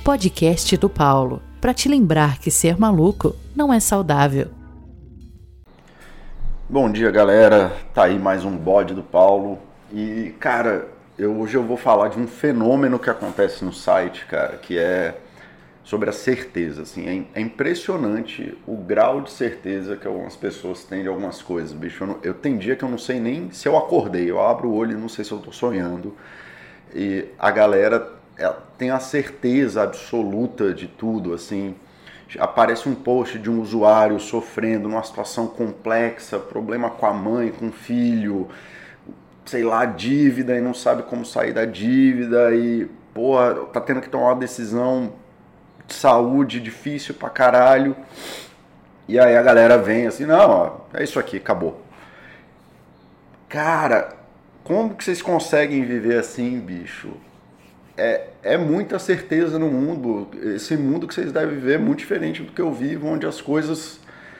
podcast do Paulo, para te lembrar que ser maluco não é saudável. Bom dia, galera. Tá aí mais um bode do Paulo. E, cara, hoje eu vou falar de um fenômeno que acontece no site, cara, que é sobre a certeza, assim. É impressionante o grau de certeza que algumas pessoas têm de algumas coisas, bicho. Eu tem dia que eu não sei nem se eu acordei. Eu abro o olho e não sei se eu tô sonhando. E a galera tem a certeza absoluta de tudo, assim. Aparece um post de um usuário sofrendo numa situação complexa, problema com a mãe, com o filho, sei lá, dívida e não sabe como sair da dívida e, porra, tá tendo que tomar uma decisão de saúde difícil pra caralho. E aí a galera vem assim, não, ó, é isso aqui, acabou. Cara, como que vocês conseguem viver assim, bicho? É muita certeza no mundo. Esse mundo que vocês devem viver é muito diferente do que eu vivo, onde as coisas,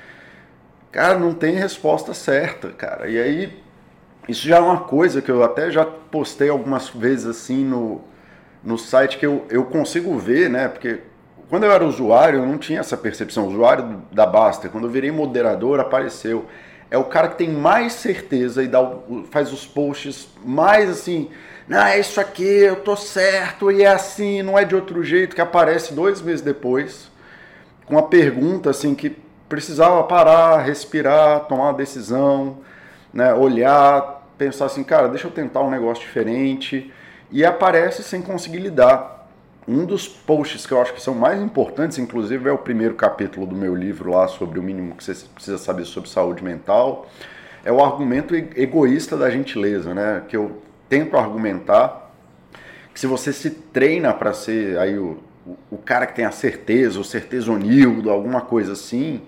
cara, não tem resposta certa, cara. E aí, isso já é uma coisa que eu até já postei algumas vezes assim no site, que eu consigo ver, né? Porque quando eu era usuário, eu não tinha essa percepção. O usuário da Baster, quando eu virei moderador, apareceu. É o cara que tem mais certeza e faz os posts mais assim, não, é isso aqui, eu tô certo e é assim, não é de outro jeito, que aparece 2 meses depois, com uma pergunta assim que precisava parar, respirar, tomar uma decisão, né, olhar, pensar assim, cara, deixa eu tentar um negócio diferente, e aparece sem conseguir lidar. Um dos posts que eu acho que são mais importantes, inclusive, é o primeiro capítulo do meu livro lá sobre o mínimo que você precisa saber sobre saúde mental. É o argumento egoísta da gentileza, né? Que eu tento argumentar que se você se treina para ser aí o cara que tem a certeza, o certezonildo, alguma coisa assim,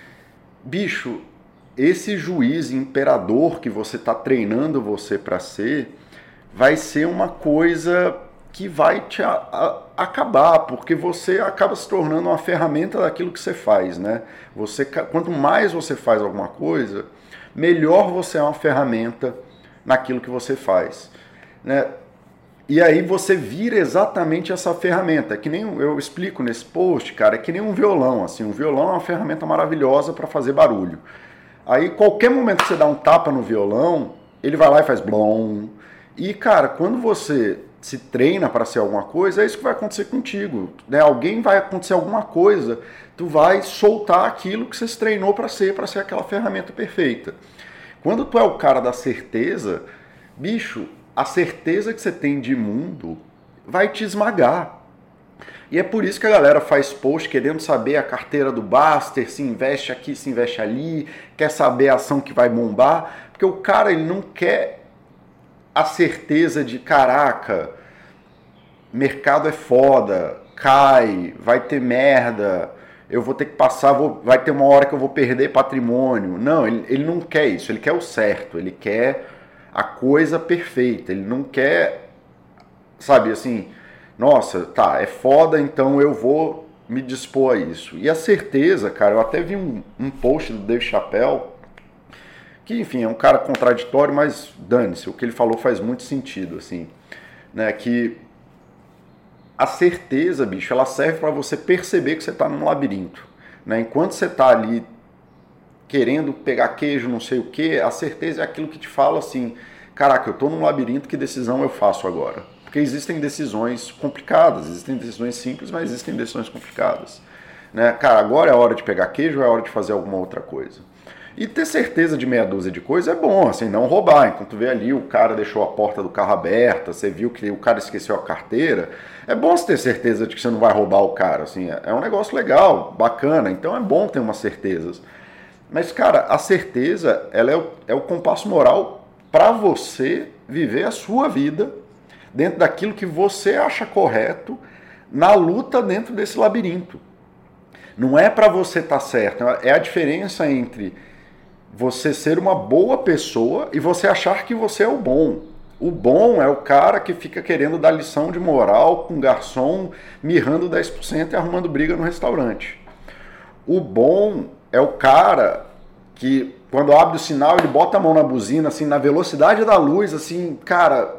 bicho, esse juiz imperador que você está treinando você para ser, vai ser uma coisa que vai te acabar, porque você acaba se tornando uma ferramenta daquilo que você faz, né? Quanto mais você faz alguma coisa, melhor você é uma ferramenta naquilo que você faz, né? E aí você vira exatamente essa ferramenta. É que nem eu explico nesse post, cara, é que nem um violão, assim. Um violão é uma ferramenta maravilhosa para fazer barulho. Aí qualquer momento que você dá um tapa no violão, ele vai lá e faz blom. E, cara, quando você se treina para ser alguma coisa, é isso que vai acontecer contigo, né? Alguém vai acontecer alguma coisa, tu vai soltar aquilo que você se treinou para ser aquela ferramenta perfeita. Quando tu é o cara da certeza, bicho, a certeza que você tem de mundo vai te esmagar. E é por isso que a galera faz post querendo saber a carteira do Baster, se investe aqui, se investe ali, quer saber a ação que vai bombar, porque o cara, ele não quer a certeza de, caraca, mercado é foda, cai, vai ter merda, eu vou ter que passar, vai ter uma hora que eu vou perder patrimônio. Não, ele não quer isso, ele quer o certo, ele quer a coisa perfeita, ele não quer, sabe, assim, nossa, tá, é foda, então eu vou me dispor a isso. E a certeza, cara, eu até vi um post do Dave Chappelle, que, enfim, é um cara contraditório, mas dane-se, o que ele falou faz muito sentido, assim, né, que a certeza, bicho, ela serve para você perceber que você está num labirinto, né, enquanto você está ali querendo pegar queijo, não sei o que, a certeza é aquilo que te fala assim, caraca, eu estou num labirinto, que decisão eu faço agora? Porque existem decisões complicadas, existem decisões simples, mas existem decisões complicadas, né, cara, agora é a hora de pegar queijo ou é a hora de fazer alguma outra coisa? E ter certeza de meia dúzia de coisas é bom, assim, não roubar. Enquanto tu vê ali, o cara deixou a porta do carro aberta, você viu que o cara esqueceu a carteira, é bom você ter certeza de que você não vai roubar o cara, assim, é um negócio legal, bacana, então é bom ter umas certezas. Mas, cara, a certeza, ela é o compasso moral para você viver a sua vida dentro daquilo que você acha correto, na luta dentro desse labirinto. Não é para você estar certo, é a diferença entre você ser uma boa pessoa e você achar que você é o bom. O bom é o cara que fica querendo dar lição de moral com garçom, mirrando 10% e arrumando briga no restaurante. O bom é o cara que, quando abre o sinal, ele bota a mão na buzina, assim, na velocidade da luz, assim, cara,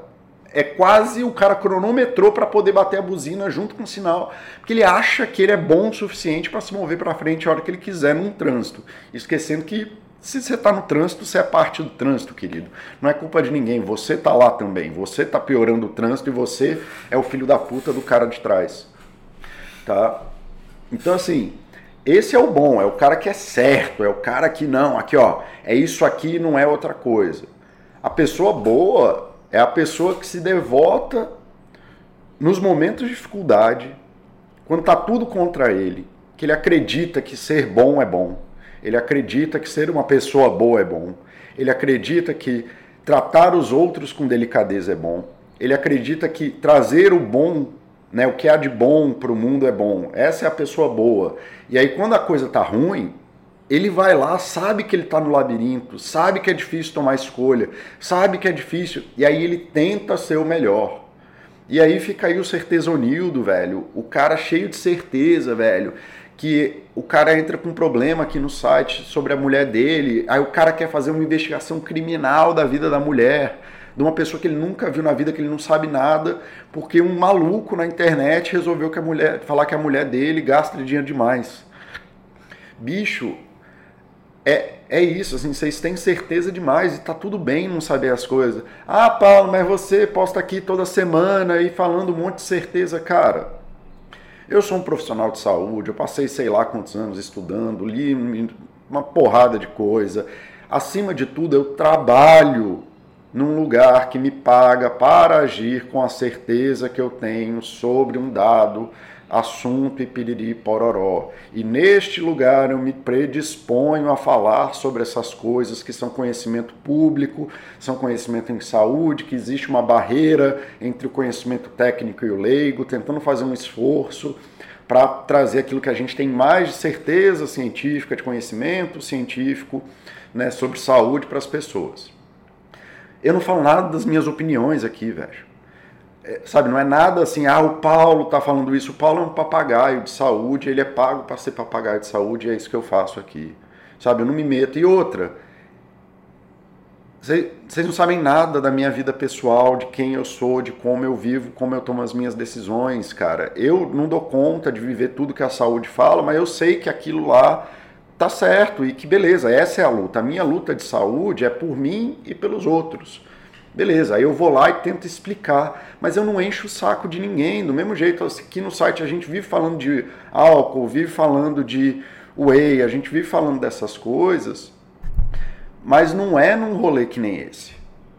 é quase o cara cronometrou para poder bater a buzina junto com o sinal, porque ele acha que ele é bom o suficiente para se mover para frente a hora que ele quiser num trânsito, esquecendo que se você está no trânsito, você é parte do trânsito, querido. Não é culpa de ninguém, você está lá também, você está piorando o trânsito e você é o filho da puta do cara de trás. Tá? Então assim, esse é o bom, é o cara que é certo, é o cara que não, aqui ó, é isso aqui, não é outra coisa. A pessoa boa é a pessoa que se devota nos momentos de dificuldade, quando está tudo contra ele, que ele acredita que ser bom é bom, ele acredita que ser uma pessoa boa é bom, ele acredita que tratar os outros com delicadeza é bom, ele acredita que trazer o bom, né, o que há de bom para o mundo é bom. Essa é a pessoa boa. E aí quando a coisa está ruim, ele vai lá, sabe que ele está no labirinto, sabe que é difícil tomar escolha, sabe que é difícil, e aí ele tenta ser o melhor. E aí fica aí o certezonildo, velho, o cara cheio de certeza, velho, que o cara entra com um problema aqui no site sobre a mulher dele, aí o cara quer fazer uma investigação criminal da vida da mulher, de uma pessoa que ele nunca viu na vida, que ele não sabe nada, porque um maluco na internet resolveu falar que a mulher dele gasta dinheiro demais. Bicho, é isso, assim, vocês têm certeza demais e tá tudo bem não saber as coisas. Ah, Paulo, mas você posta aqui toda semana e falando um monte de certeza. Cara, eu sou um profissional de saúde, eu passei sei lá quantos anos estudando, li uma porrada de coisa. Acima de tudo, eu trabalho num lugar que me paga para agir com a certeza que eu tenho sobre um dado assunto e piriri pororó. E neste lugar eu me predisponho a falar sobre essas coisas que são conhecimento público, são conhecimento em saúde, que existe uma barreira entre o conhecimento técnico e o leigo, tentando fazer um esforço para trazer aquilo que a gente tem mais de certeza científica, de conhecimento científico, né, sobre saúde para as pessoas. Eu não falo nada das minhas opiniões aqui, velho. Sabe, não é nada assim, o Paulo tá falando isso. O Paulo é um papagaio de saúde, ele é pago para ser papagaio de saúde e é isso que eu faço aqui. Sabe, eu não me meto. E outra, vocês não sabem nada da minha vida pessoal, de quem eu sou, de como eu vivo, como eu tomo as minhas decisões, cara. Eu não dou conta de viver tudo que a saúde fala, mas eu sei que aquilo lá tá certo e que beleza, essa é a luta. A minha luta de saúde é por mim e pelos outros. Beleza, aí eu vou lá e tento explicar, mas eu não encho o saco de ninguém. Do mesmo jeito, aqui no site a gente vive falando de álcool, vive falando de whey, a gente vive falando dessas coisas, mas não é num rolê que nem esse.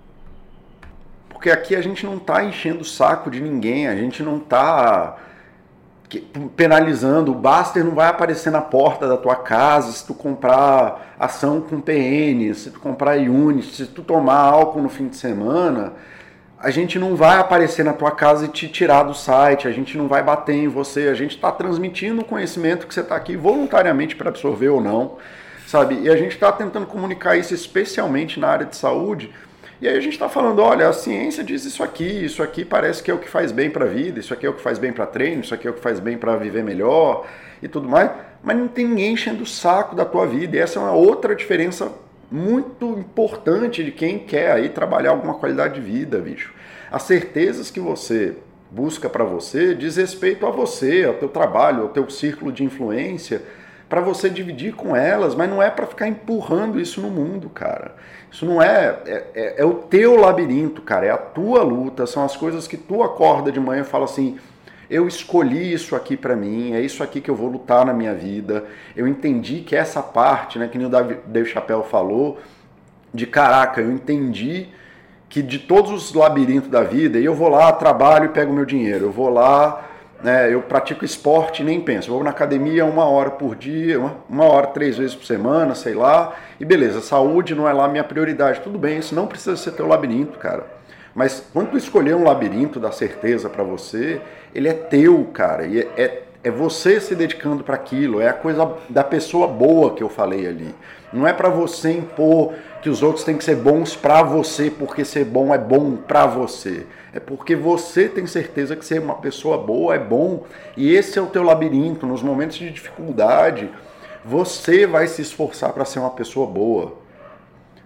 Porque aqui a gente não tá enchendo o saco de ninguém, a gente não tá penalizando, o Baster não vai aparecer na porta da tua casa se tu comprar ação com PN, se tu comprar Unity, se tu tomar álcool no fim de semana, a gente não vai aparecer na tua casa e te tirar do site, a gente não vai bater em você, a gente está transmitindo o conhecimento que você está aqui voluntariamente para absorver ou não, sabe? E a gente está tentando comunicar isso especialmente na área de saúde. E aí a gente está falando, olha, a ciência diz isso aqui parece que é o que faz bem para a vida, isso aqui é o que faz bem para treino, isso aqui é o que faz bem para viver melhor e tudo mais, mas não tem ninguém enchendo o saco da tua vida, e essa é uma outra diferença muito importante de quem quer aí trabalhar alguma qualidade de vida, bicho. As certezas que você busca para você diz respeito a você, ao teu trabalho, ao teu círculo de influência, para você dividir com elas, mas não é para ficar empurrando isso no mundo, cara. Isso não é o teu labirinto, cara, é a tua luta, são as coisas que tu acorda de manhã e fala assim, eu escolhi isso aqui para mim, é isso aqui que eu vou lutar na minha vida, eu entendi que essa parte, né, que nem o Dave Chappelle falou, de caraca, eu entendi que de todos os labirintos da vida, eu vou lá, trabalho e pego meu dinheiro, eu vou lá, né, eu pratico esporte e nem penso, eu vou na academia 1 hora por dia, 1 hora 3 vezes por semana, sei lá, e beleza, saúde não é lá a minha prioridade, tudo bem, isso não precisa ser teu labirinto, cara, mas quando tu escolher um labirinto da certeza para você, ele é teu, cara, e é você se dedicando para aquilo, é a coisa da pessoa boa que eu falei ali, não é para você impor que os outros têm que ser bons para você, porque ser bom é bom para você. É porque você tem certeza que ser uma pessoa boa é bom. E esse é o teu labirinto. Nos momentos de dificuldade, você vai se esforçar para ser uma pessoa boa.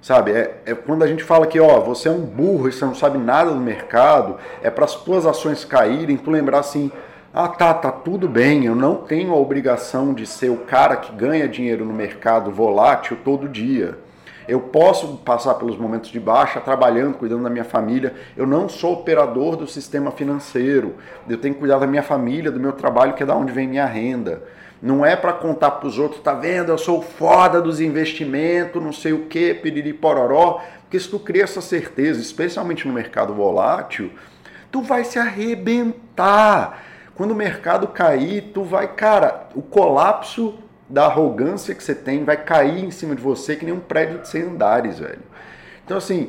Sabe, é quando a gente fala que, ó, você é um burro e você não sabe nada do mercado, é para as tuas ações caírem, tu lembrar assim, ah, tá tudo bem, eu não tenho a obrigação de ser o cara que ganha dinheiro no mercado volátil todo dia. Eu posso passar pelos momentos de baixa trabalhando, cuidando da minha família. Eu não sou operador do sistema financeiro. Eu tenho que cuidar da minha família, do meu trabalho, que é da onde vem minha renda. Não é para contar para os outros, tá vendo? Eu sou foda dos investimentos, não sei o que, piriri pororó. Porque se tu cria essa certeza, especialmente no mercado volátil, tu vai se arrebentar. Quando o mercado cair, tu vai, cara, o colapso da arrogância que você tem vai cair em cima de você que nem um prédio de 100 andares, velho. Então, assim,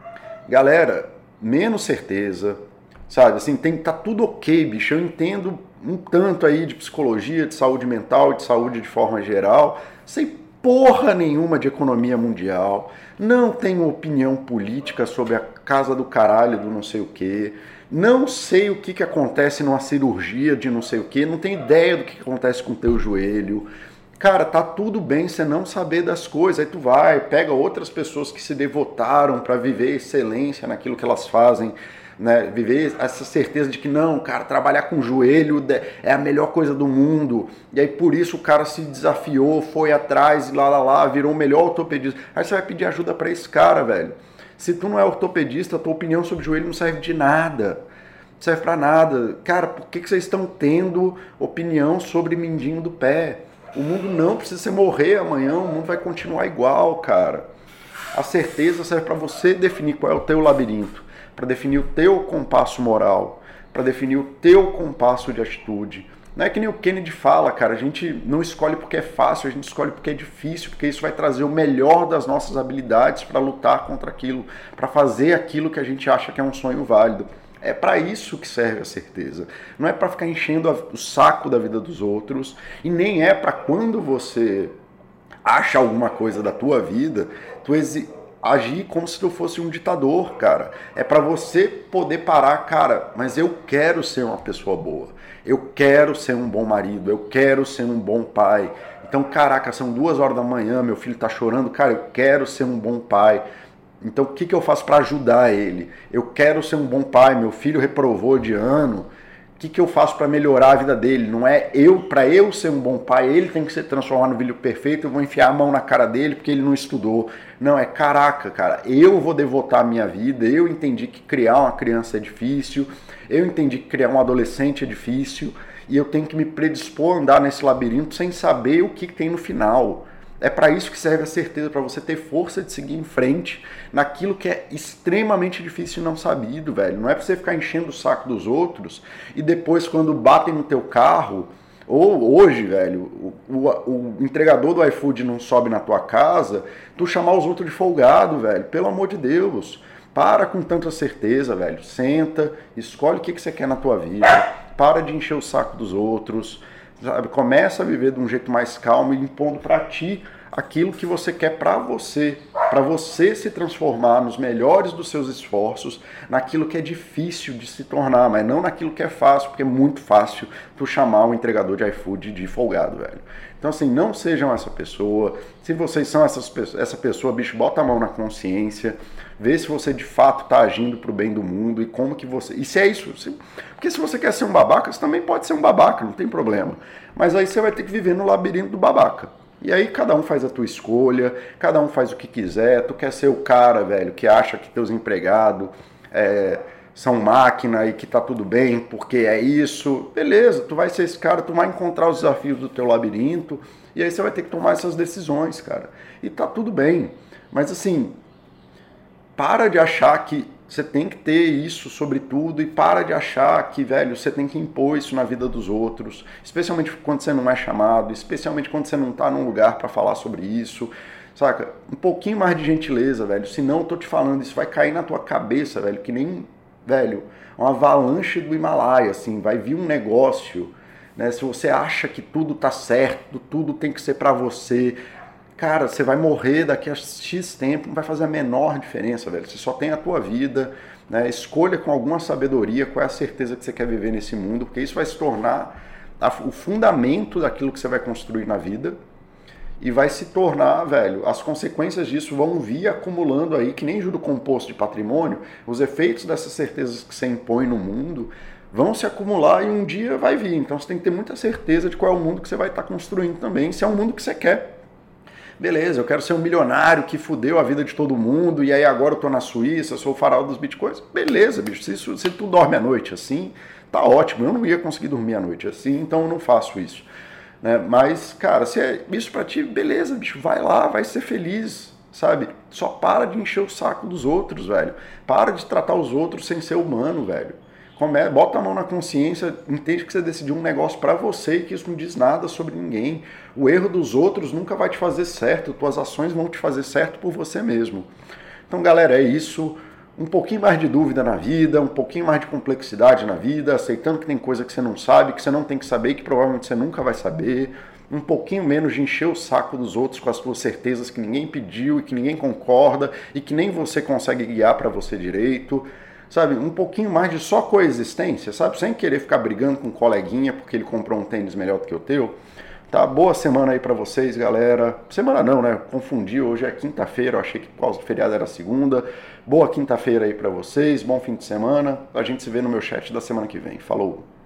galera, menos certeza, sabe? Assim, tem que estar tudo ok, bicho. Eu entendo um tanto aí de psicologia, de saúde mental, de saúde de forma geral. Sei porra nenhuma de economia mundial. Não tenho opinião política sobre a casa do caralho do não sei o quê. Não sei o que acontece numa cirurgia de não sei o quê. Não tenho ideia do que acontece com o teu joelho. Cara, tá tudo bem você não saber das coisas. Aí tu vai, pega outras pessoas que se devotaram para viver excelência naquilo que elas fazem, né? Viver essa certeza de que não, cara, trabalhar com o joelho é a melhor coisa do mundo. E aí por isso o cara se desafiou, foi atrás e lá, virou o melhor ortopedista. Aí você vai pedir ajuda para esse cara, velho. Se tu não é ortopedista, a tua opinião sobre o joelho não serve de nada. Não serve para nada. Cara, por que vocês estão tendo opinião sobre mindinho do pé? O mundo não precisa você morrer amanhã, o mundo vai continuar igual, cara. A certeza serve para você definir qual é o teu labirinto, para definir o teu compasso moral, para definir o teu compasso de atitude. Não é que nem o Kennedy fala, cara, a gente não escolhe porque é fácil, a gente escolhe porque é difícil, porque isso vai trazer o melhor das nossas habilidades para lutar contra aquilo, para fazer aquilo que a gente acha que é um sonho válido. É para isso que serve a certeza. Não é para ficar enchendo o saco da vida dos outros e nem é para quando você acha alguma coisa da tua vida, tu agir como se tu fosse um ditador, cara. É para você poder parar, cara, mas eu quero ser uma pessoa boa. Eu quero ser um bom marido, eu quero ser um bom pai. Então, caraca, são 2 horas da manhã, meu filho tá chorando, cara, eu quero ser um bom pai. Então, o que eu faço para ajudar ele? Eu quero ser um bom pai, meu filho reprovou de ano. O que eu faço para melhorar a vida dele? Não é para eu ser um bom pai, ele tem que se transformar no filho perfeito, eu vou enfiar a mão na cara dele porque ele não estudou. Não, é caraca, cara, eu vou devotar a minha vida, eu entendi que criar uma criança é difícil, eu entendi que criar um adolescente é difícil, e eu tenho que me predispor a andar nesse labirinto sem saber o que tem no final. É para isso que serve a certeza, para você ter força de seguir em frente naquilo que é extremamente difícil e não sabido, velho. Não é para você ficar enchendo o saco dos outros e depois quando batem no teu carro, ou hoje, velho, o entregador do iFood não sobe na tua casa, tu chamar os outros de folgado, velho. Pelo amor de Deus. Para com tanta certeza, velho. Senta, escolhe o que você quer na tua vida. Para de encher o saco dos outros. Sabe? Começa a viver de um jeito mais calmo e impondo para ti aquilo que você quer para você se transformar nos melhores dos seus esforços, naquilo que é difícil de se tornar, mas não naquilo que é fácil, porque é muito fácil tu chamar o entregador de iFood de folgado, velho. Então, assim, não sejam essa pessoa. Se vocês são essa pessoa, bicho, bota a mão na consciência, vê se você de fato está agindo para o bem do mundo e como que você... E se é isso, porque se você quer ser um babaca, você também pode ser um babaca, não tem problema. Mas aí você vai ter que viver no labirinto do babaca. E aí cada um faz a tua escolha, cada um faz o que quiser. Tu quer ser o cara, velho, que acha que teus empregados são máquina e que tá tudo bem porque é isso. Beleza, tu vai ser esse cara, tu vai encontrar os desafios do teu labirinto e aí você vai ter que tomar essas decisões, cara. E tá tudo bem. Mas assim, para de achar que você tem que ter isso sobre tudo e para de achar que, velho, você tem que impor isso na vida dos outros, especialmente quando você não é chamado, especialmente quando você não tá num lugar para falar sobre isso, saca? Um pouquinho mais de gentileza, velho, senão eu tô te falando, isso vai cair na tua cabeça, velho, que nem, velho, uma avalanche do Himalaia, assim, vai vir um negócio, né? Se você acha que tudo tá certo, tudo tem que ser para você, cara, você vai morrer daqui a X tempo, não vai fazer a menor diferença, velho. Você só tem a tua vida, né? Escolha com alguma sabedoria qual é a certeza que você quer viver nesse mundo, porque isso vai se tornar o fundamento daquilo que você vai construir na vida. e vai se tornar, velho, as consequências disso vão vir acumulando aí, que nem juro composto de patrimônio, os efeitos dessas certezas que você impõe no mundo vão se acumular e um dia vai vir. Então você tem que ter muita certeza de qual é o mundo que você vai estar construindo também, se é um mundo que você quer. Beleza, eu quero ser um milionário que fudeu a vida de todo mundo e aí agora eu tô na Suíça, sou o farol dos bitcoins. Beleza, bicho, se tu dorme à noite assim, tá ótimo. Eu não ia conseguir dormir à noite assim, então eu não faço isso. Né? Mas, cara, se é isso pra ti, beleza, bicho, vai lá, vai ser feliz, sabe? Só para de encher o saco dos outros, velho. Para de tratar os outros sem ser humano, velho. Bota a mão na consciência, entende que você decidiu um negócio pra você e que isso não diz nada sobre ninguém. O erro dos outros nunca vai te fazer certo, tuas ações vão te fazer certo por você mesmo. Então, galera, é isso. Um pouquinho mais de dúvida na vida, um pouquinho mais de complexidade na vida, aceitando que tem coisa que você não sabe, que você não tem que saber e que provavelmente você nunca vai saber. Um pouquinho menos de encher o saco dos outros com as suas certezas que ninguém pediu e que ninguém concorda e que nem você consegue guiar para você direito. Sabe, um pouquinho mais de só coexistência, sabe? Sem querer ficar brigando com um coleguinha porque ele comprou um tênis melhor do que o teu. Tá, boa semana aí pra vocês, galera. Semana não, né? Confundi, hoje é quinta-feira, eu achei que por causa do feriado era segunda. Boa quinta-feira aí pra vocês, bom fim de semana. A gente se vê no meu chat da semana que vem. Falou!